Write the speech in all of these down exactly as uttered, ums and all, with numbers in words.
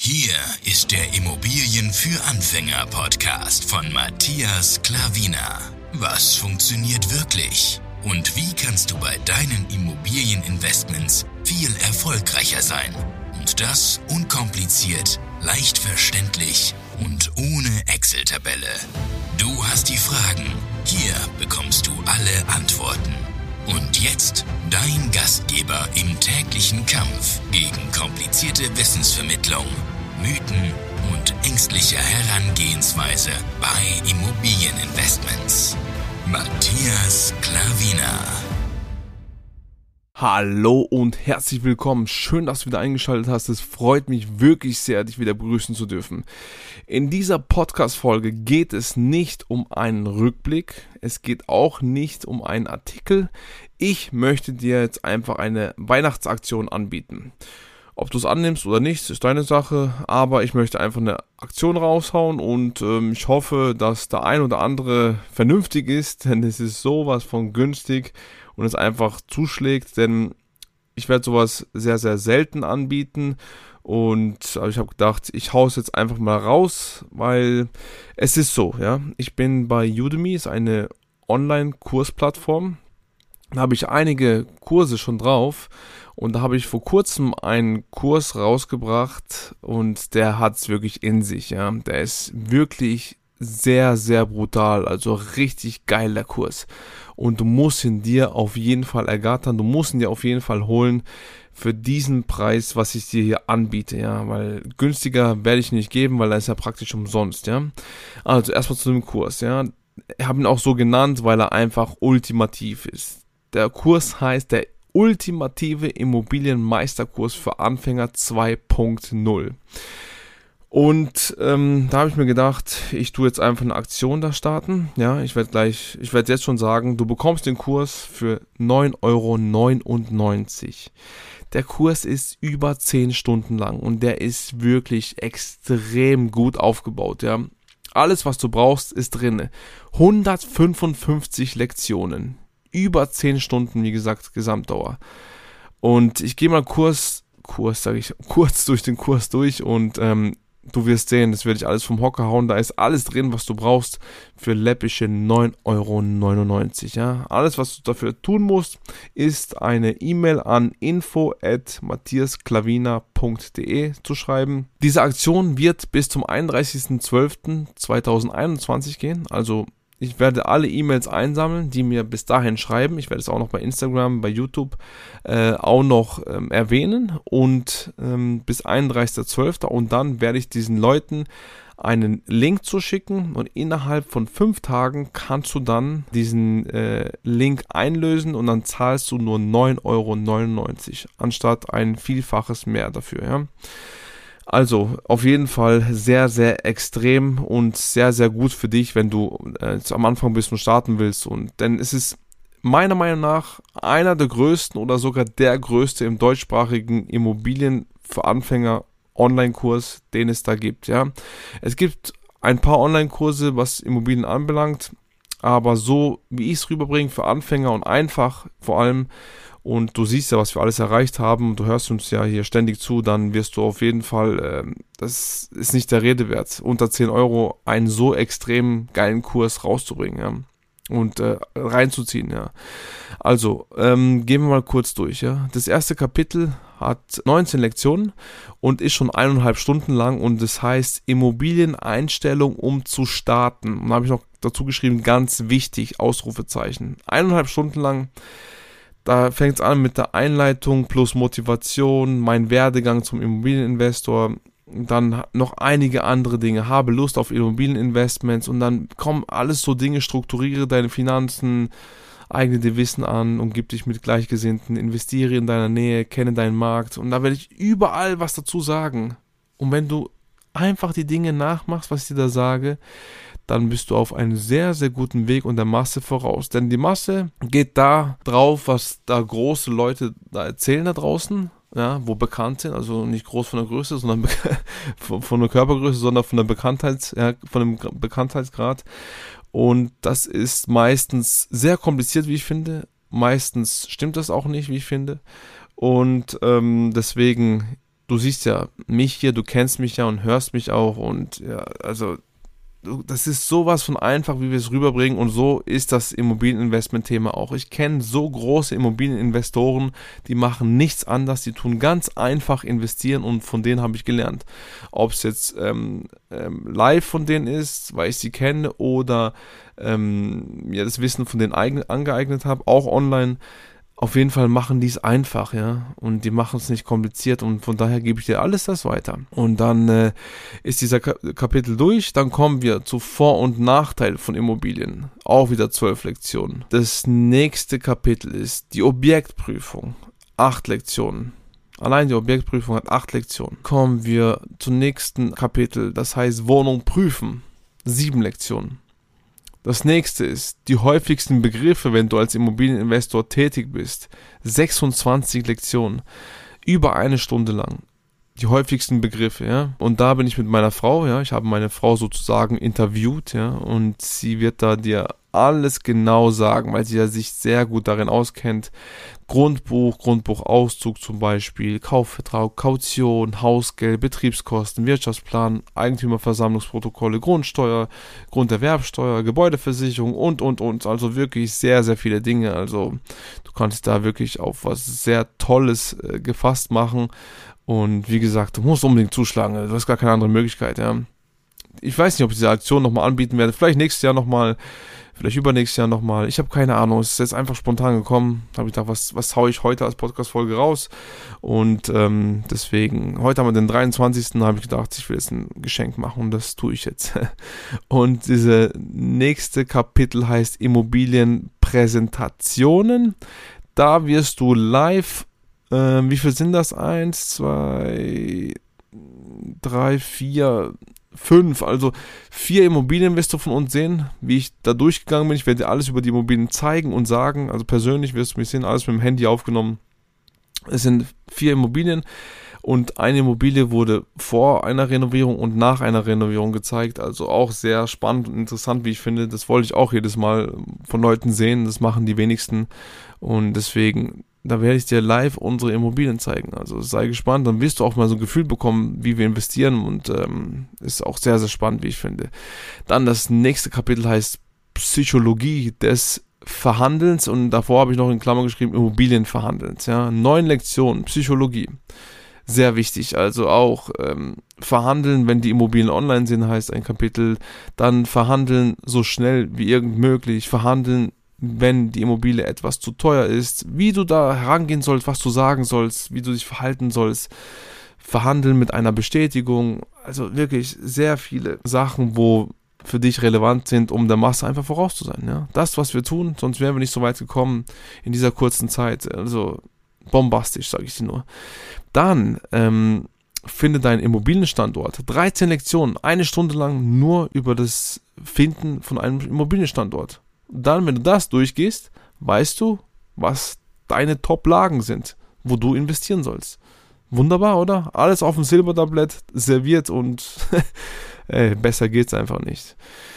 Hier ist der Immobilien für Anfänger Podcast von Matthias Klavina. Was funktioniert wirklich? Und wie kannst du bei deinen Immobilieninvestments viel erfolgreicher sein? Und das unkompliziert, leicht verständlich und ohne Excel-Tabelle. Du hast die Fragen, hier bekommst du alle Antworten. Und jetzt dein Gastgeber im täglichen Kampf gegen komplizierte Wissensvermittlung, Mythen und ängstliche Herangehensweise bei Immobilieninvestments. Matthias Klavina. Hallo und herzlich willkommen. Schön, dass du wieder eingeschaltet hast. Es freut mich wirklich sehr, dich wieder begrüßen zu dürfen. In dieser Podcast-Folge geht es nicht um einen Rückblick. Es geht auch nicht um einen Artikel. Ich möchte dir jetzt einfach eine Weihnachtsaktion anbieten. Ob du es annimmst oder nicht, ist deine Sache, aber ich möchte einfach eine Aktion raushauen und ähm, ich hoffe, dass der ein oder andere vernünftig ist, denn es ist sowas von günstig und es einfach zuschlägt, denn ich werde sowas sehr, sehr selten anbieten und aber ich habe gedacht, ich hau es jetzt einfach mal raus, weil es ist so, ja, ich bin bei Udemy, ist eine Online-Kursplattform, da habe ich einige Kurse schon drauf. Und da habe ich vor kurzem einen Kurs rausgebracht und der hat es wirklich in sich, ja. Der ist wirklich sehr, sehr brutal, also richtig geiler Kurs. Und du musst ihn dir auf jeden Fall ergattern, du musst ihn dir auf jeden Fall holen für diesen Preis, was ich dir hier anbiete, ja. Weil günstiger werde ich nicht geben, weil er ist ja praktisch umsonst, ja. Also erstmal zu dem Kurs, ja. Ich habe ihn auch so genannt, weil er einfach ultimativ ist. Der Kurs heißt der ultimative Immobilienmeisterkurs für Anfänger zwei Punkt null. Und ähm, da habe ich mir gedacht, ich tue jetzt einfach eine Aktion da starten. Ja, ich werde gleich, ich werde jetzt schon sagen, du bekommst den Kurs für neun Euro neunundneunzig. Der Kurs ist über zehn Stunden lang und der ist wirklich extrem gut aufgebaut. Ja, alles, was du brauchst, ist drin. hundertfünfundfünfzig Lektionen. Über zehn Stunden, wie gesagt, Gesamtdauer. Und ich gehe mal Kurs, Kurs sage ich, kurz durch den Kurs durch und ähm, du wirst sehen, das werde ich alles vom Hocker hauen. Da ist alles drin, was du brauchst für läppische neun Euro neunundneunzig. Ja? Alles, was du dafür tun musst, ist eine E-Mail an info at matthiasklavina punkt de zu schreiben. Diese Aktion wird bis zum einunddreißigsten zwölften zweitausendeinundzwanzig gehen, also ich werde alle E-Mails einsammeln, die mir bis dahin schreiben. Ich werde es auch noch bei Instagram, bei YouTube äh, auch noch ähm, erwähnen. Und ähm, bis einunddreißigsten zwölften Und dann werde ich diesen Leuten einen Link zuschicken. Und innerhalb von fünf Tagen kannst du dann diesen äh, Link einlösen. Und dann zahlst du nur neun Euro neunundneunzig anstatt ein Vielfaches mehr dafür, ja. Also auf jeden Fall sehr, sehr extrem und sehr, sehr gut für dich, wenn du äh, am Anfang bist und starten willst. Und denn es ist meiner Meinung nach einer der größten oder sogar der größte im deutschsprachigen Immobilien für Anfänger Online-Kurs, den es da gibt. Ja, es gibt ein paar Online-Kurse, was Immobilien anbelangt, aber so wie ich es rüberbringe für Anfänger und einfach vor allem. Und du siehst ja, was wir alles erreicht haben, du hörst uns ja hier ständig zu, dann wirst du auf jeden Fall, äh, das ist nicht der Rede wert, unter zehn Euro einen so extrem geilen Kurs rauszubringen, ja, und äh, reinzuziehen, ja. Also, ähm, gehen wir mal kurz durch, ja. Das erste Kapitel hat neunzehn Lektionen und ist schon eineinhalb Stunden lang und das heißt Immobilieneinstellung, um zu starten. Und da habe ich noch dazu geschrieben, ganz wichtig, Ausrufezeichen. Eineinhalb Stunden lang. Da fängt es an mit der Einleitung plus Motivation, mein Werdegang zum Immobilieninvestor, dann noch einige andere Dinge, habe Lust auf Immobilieninvestments und dann kommen alles so Dinge, strukturiere deine Finanzen, eigne dir Wissen an und gib dich mit Gleichgesinnten, investiere in deiner Nähe, kenne deinen Markt und da werde ich überall was dazu sagen. Und wenn du einfach die Dinge nachmachst, was ich dir da sage, dann bist du auf einem sehr, sehr guten Weg und der Masse voraus. Denn die Masse geht da drauf, was da große Leute da erzählen da draußen, ja, wo bekannt sind, also nicht groß von der Größe, sondern von, von der Körpergröße, sondern von der Bekanntheits, ja, von dem Bekanntheitsgrad. Und das ist meistens sehr kompliziert, wie ich finde. Meistens stimmt das auch nicht, wie ich finde. Und ähm, deswegen du siehst ja mich hier, du kennst mich ja und hörst mich auch und ja, also das ist sowas von einfach, wie wir es rüberbringen und so ist das Immobilieninvestment-Thema auch. Ich kenne so große Immobilieninvestoren, die machen nichts anders, die tun ganz einfach investieren und von denen habe ich gelernt. Ob es jetzt ähm, ähm, live von denen ist, weil ich sie kenne oder ähm, ja, das Wissen von denen eigen, angeeignet habe, auch online. Auf jeden Fall machen die es einfach, ja, und die machen es nicht kompliziert und von daher gebe ich dir alles das weiter. Und dann äh, ist dieser Ka- Kapitel durch, dann kommen wir zu Vor- und Nachteil von Immobilien. Auch wieder zwölf Lektionen. Das nächste Kapitel ist die Objektprüfung. Acht Lektionen. Allein die Objektprüfung hat acht Lektionen. Kommen wir zum nächsten Kapitel, das heißt Wohnung prüfen. Sieben Lektionen. Das nächste ist die häufigsten Begriffe, wenn du als Immobilieninvestor tätig bist. sechsundzwanzig Lektionen, über eine Stunde lang. Die häufigsten Begriffe, ja. Und da bin ich mit meiner Frau, ja. Ich habe meine Frau sozusagen interviewt, ja. Und sie wird da dir alles genau sagen, weil sie ja sich sehr gut darin auskennt. Grundbuch, Grundbuchauszug zum Beispiel, Kaufvertrag, Kaution, Hausgeld, Betriebskosten, Wirtschaftsplan, Eigentümerversammlungsprotokolle, Grundsteuer, Grunderwerbsteuer, Gebäudeversicherung und, und, und. Also wirklich sehr, sehr viele Dinge. Also du kannst da wirklich auf was sehr Tolles äh, gefasst machen. Und wie gesagt, du musst unbedingt zuschlagen. Du hast gar keine andere Möglichkeit, ja. Ich weiß nicht, ob ich diese Aktion nochmal anbieten werde. Vielleicht nächstes Jahr nochmal. Vielleicht übernächstes Jahr nochmal. Ich habe keine Ahnung. Es ist jetzt einfach spontan gekommen. Habe ich gedacht, was, was haue ich heute als Podcast-Folge raus? Und ähm, deswegen, heute haben wir den dreiundzwanzigsten habe ich gedacht, ich will jetzt ein Geschenk machen und das tue ich jetzt. Und diese nächste Kapitel heißt Immobilienpräsentationen. Da wirst du live, äh, wie viel sind das? Eins, zwei, drei, vier... Fünf, also vier Immobilieninvestoren von uns sehen, wie ich da durchgegangen bin. Ich werde dir alles über die Immobilien zeigen und sagen. Also persönlich wirst du mich sehen, alles mit dem Handy aufgenommen. Es sind vier Immobilien und eine Immobilie wurde vor einer Renovierung und nach einer Renovierung gezeigt. Also auch sehr spannend und interessant, wie ich finde. Das wollte ich auch jedes Mal von Leuten sehen. Das machen die wenigsten und deswegen... Da werde ich dir live unsere Immobilien zeigen. Also sei gespannt, dann wirst du auch mal so ein Gefühl bekommen, wie wir investieren und ähm, ist auch sehr, sehr spannend, wie ich finde. Dann das nächste Kapitel heißt Psychologie des Verhandelns und davor habe ich noch in Klammern geschrieben Immobilienverhandelns. Ja, neun Lektionen, Psychologie. Sehr wichtig, also auch ähm, verhandeln, wenn die Immobilien online sind, heißt ein Kapitel. Dann verhandeln so schnell wie irgend möglich, verhandeln wenn die Immobilie etwas zu teuer ist, wie du da herangehen sollst, was du sagen sollst, wie du dich verhalten sollst, verhandeln mit einer Bestätigung, also wirklich sehr viele Sachen, wo für dich relevant sind, um der Masse einfach voraus zu sein. Ja? Das, was wir tun, sonst wären wir nicht so weit gekommen in dieser kurzen Zeit, also bombastisch, sage ich dir nur. Dann, ähm, finde deinen Immobilienstandort. dreizehn Lektionen, eine Stunde lang nur über das Finden von einem Immobilienstandort. Dann, wenn du das durchgehst, weißt du, was deine Top-Lagen sind, wo du investieren sollst. Wunderbar, oder? Alles auf dem Silbertablett serviert und ey, besser geht's einfach nicht.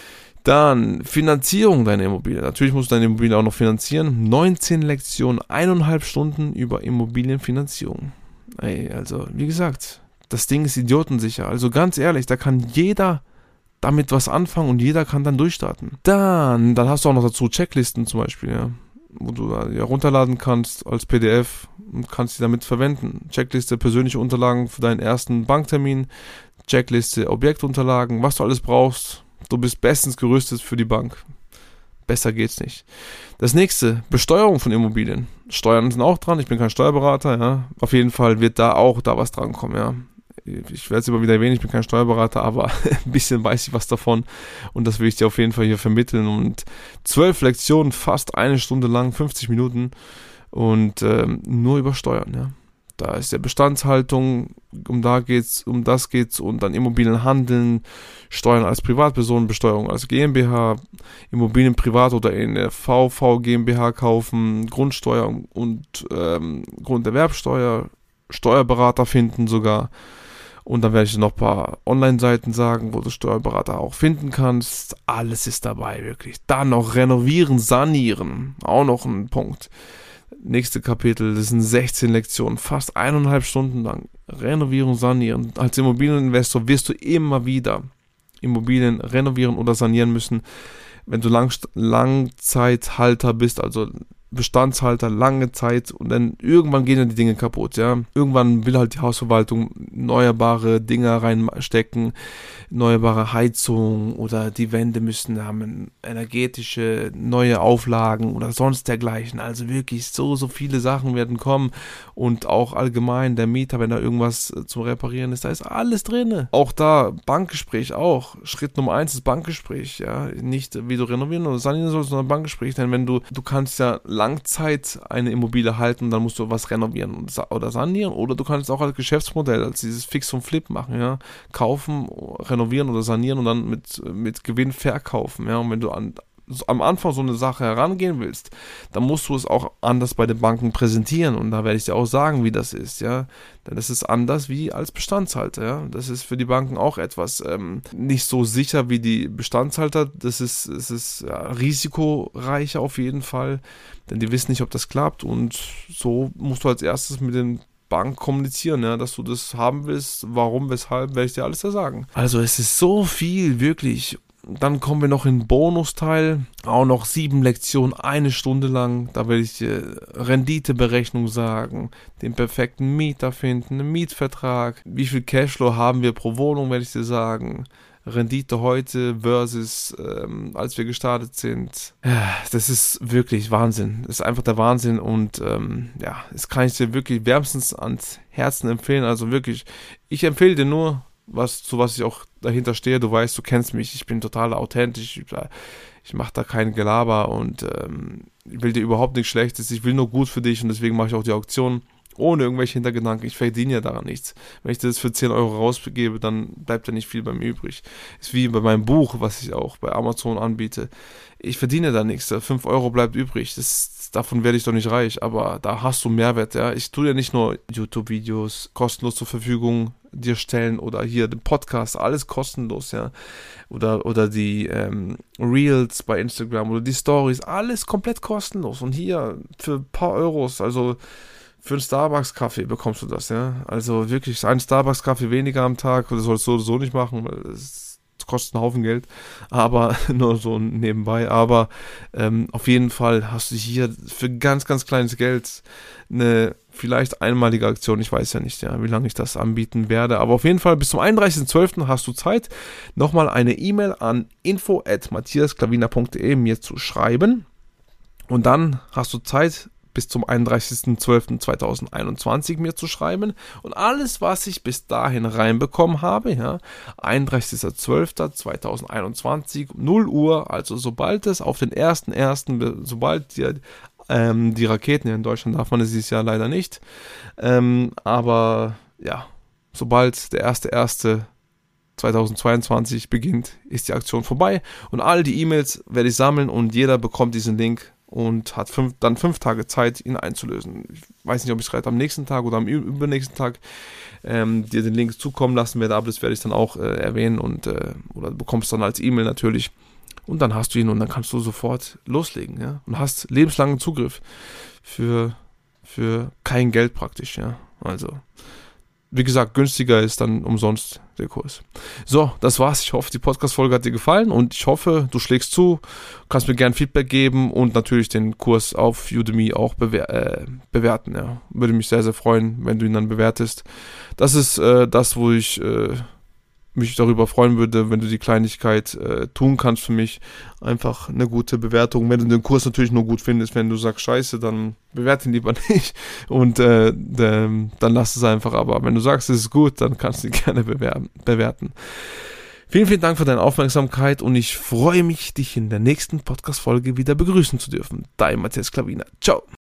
Dann Finanzierung deiner Immobilie. Natürlich musst du deine Immobilie auch noch finanzieren. neunzehn Lektionen, eineinhalb Stunden über Immobilienfinanzierung. Ey, also, wie gesagt, das Ding ist idiotensicher. Also ganz ehrlich, da kann jeder damit was anfangen und jeder kann dann durchstarten. Dann, dann hast du auch noch dazu Checklisten zum Beispiel, ja, wo du ja runterladen kannst als P D F und kannst die damit verwenden. Checkliste, persönliche Unterlagen für deinen ersten Banktermin, Checkliste, Objektunterlagen, was du alles brauchst. Du bist bestens gerüstet für die Bank. Besser geht's nicht. Das nächste, Besteuerung von Immobilien. Steuern sind auch dran, ich bin kein Steuerberater, ja. Auf jeden Fall wird da auch da was dran kommen, ja. Ich werde es immer wieder erwähnen, ich bin kein Steuerberater, aber ein bisschen weiß ich was davon und das will ich dir auf jeden Fall hier vermitteln. Und zwölf Lektionen, fast eine Stunde lang, fünfzig Minuten und ähm, nur über Steuern, ja. Da ist ja Bestandshaltung, um da geht's, um das geht's und dann Immobilienhandeln, Steuern als Privatperson, Besteuerung als GmbH, Immobilien privat oder in der V V GmbH kaufen, Grundsteuer und ähm, Grunderwerbsteuer, Steuerberater finden sogar. Und dann werde ich dir noch ein paar Online-Seiten sagen, wo du Steuerberater auch finden kannst. Alles ist dabei, wirklich. Dann noch renovieren, sanieren. Auch noch ein Punkt. nächste Kapitel, das sind sechzehn Lektionen, fast eineinhalb Stunden lang. Renovierung, sanieren. Als Immobilieninvestor wirst du immer wieder Immobilien renovieren oder sanieren müssen, wenn du Lang- Langzeithalter bist, also Bestandshalter, lange Zeit, und dann irgendwann gehen ja die Dinge kaputt, ja. Irgendwann will halt die Hausverwaltung erneuerbare Dinge reinstecken, erneuerbare Heizung, oder die Wände müssen haben energetische neue Auflagen oder sonst dergleichen. Also wirklich so, so viele Sachen werden kommen, und auch allgemein der Mieter, wenn da irgendwas zu reparieren ist, da ist alles drin. Auch da Bankgespräch auch. Schritt Nummer eins ist Bankgespräch, ja. Nicht wie du renovieren oder sanieren sollst, sondern Bankgespräch, denn wenn du, du kannst ja Langzeit eine Immobilie halten, dann musst du was renovieren oder sanieren, oder du kannst auch als Geschäftsmodell, als dieses Fix und Flip machen, ja, kaufen, renovieren oder sanieren und dann mit, mit Gewinn verkaufen, ja, und wenn du an, am Anfang so eine Sache herangehen willst, dann musst du es auch anders bei den Banken präsentieren, und da werde ich dir auch sagen, wie das ist, ja, denn das ist anders wie als Bestandshalter, ja, das ist für die Banken auch etwas ähm, nicht so sicher wie die Bestandshalter, das ist, es ist ja, risikoreicher auf jeden Fall, denn die wissen nicht, ob das klappt, und so musst du als erstes mit den Bank kommunizieren, ja, dass du das haben willst, warum, weshalb, werde ich dir alles da sagen. Also es ist so viel, wirklich. Dann kommen wir noch in den Bonusteil, auch noch sieben Lektionen, eine Stunde lang, da werde ich dir Renditeberechnung sagen, den perfekten Mieter finden, einen Mietvertrag, wie viel Cashflow haben wir pro Wohnung, werde ich dir sagen, Rendite heute versus ähm, als wir gestartet sind. Ja, das ist wirklich Wahnsinn. Das ist einfach der Wahnsinn, und ähm, ja, das kann ich dir wirklich wärmstens ans Herzen empfehlen. Also wirklich, ich empfehle dir nur, was, zu was ich auch dahinter stehe. Du weißt, du kennst mich, ich bin total authentisch. Ich, ich mache da kein Gelaber, und ähm, ich will dir überhaupt nichts Schlechtes. Ich will nur gut für dich, und deswegen mache ich auch die Auktion ohne irgendwelche Hintergedanken. Ich verdiene ja daran nichts. Wenn ich das für zehn Euro rausgebe, dann bleibt ja nicht viel bei mir übrig. Ist wie bei meinem Buch, was ich auch bei Amazon anbiete. Ich verdiene da nichts. fünf Euro bleibt übrig. Das, davon werde ich doch nicht reich, aber da hast du Mehrwert, ja. Ich tue ja nicht nur YouTube-Videos kostenlos zur Verfügung dir stellen, oder hier den Podcast, alles kostenlos, ja. Oder, oder die ähm, Reels bei Instagram oder die Stories, alles komplett kostenlos. Und hier für ein paar Euros, also für einen Starbucks-Kaffee bekommst du das, ja. Also wirklich, ein Starbucks-Kaffee weniger am Tag, das sollst du so nicht machen, weil das kostet einen Haufen Geld, aber nur so nebenbei. Aber ähm, auf jeden Fall hast du hier für ganz, ganz kleines Geld eine vielleicht einmalige Aktion. Ich weiß ja nicht, ja, wie lange ich das anbieten werde, aber auf jeden Fall bis zum einunddreißigsten zwölften hast du Zeit, nochmal eine E-Mail an info at matthiasklavina punkt de mir zu schreiben, und dann hast du Zeit, bis zum einunddreißigsten zwölften zweitausendeinundzwanzig mir zu schreiben, und alles, was ich bis dahin reinbekommen habe, ja, einunddreißigsten zwölften zweitausendeinundzwanzig, null Uhr, also sobald es auf den ersten ersten, sobald die, ähm, die Raketen, ja, in Deutschland darf man es dieses Jahr leider nicht, ähm, aber ja, sobald der erste erste zweitausendzweiundzwanzig beginnt, ist die Aktion vorbei, und all die E-Mails werde ich sammeln, und jeder bekommt diesen Link und hat fünf, dann fünf Tage Zeit, ihn einzulösen. Ich weiß nicht, ob ich es gerade am nächsten Tag oder am übernächsten Tag ähm, dir den Link zukommen lassen werde, aber das werde ich dann auch äh, erwähnen, und äh, oder bekommst dann als E-Mail natürlich, und dann hast du ihn, und dann kannst du sofort loslegen, ja, und hast lebenslangen Zugriff für, für kein Geld praktisch, ja, also wie gesagt, günstiger ist dann umsonst der Kurs. So, das war's. Ich hoffe, die Podcast-Folge hat dir gefallen, und ich hoffe, du schlägst zu, kannst mir gerne Feedback geben und natürlich den Kurs auf Udemy auch bewer- äh, bewerten. Ja. Würde mich sehr, sehr freuen, wenn du ihn dann bewertest. Das ist äh, das, wo ich äh, mich darüber freuen würde, wenn du die Kleinigkeit äh, tun kannst für mich. Einfach eine gute Bewertung. Wenn du den Kurs natürlich nur gut findest, wenn du sagst, scheiße, dann bewerte ihn lieber nicht, und äh, dann lass es einfach. Aber wenn du sagst, es ist gut, dann kannst du ihn gerne bewerben, bewerten. Vielen, vielen Dank für deine Aufmerksamkeit, und ich freue mich, dich in der nächsten Podcast-Folge wieder begrüßen zu dürfen. Dein Matthias Klavina. Ciao.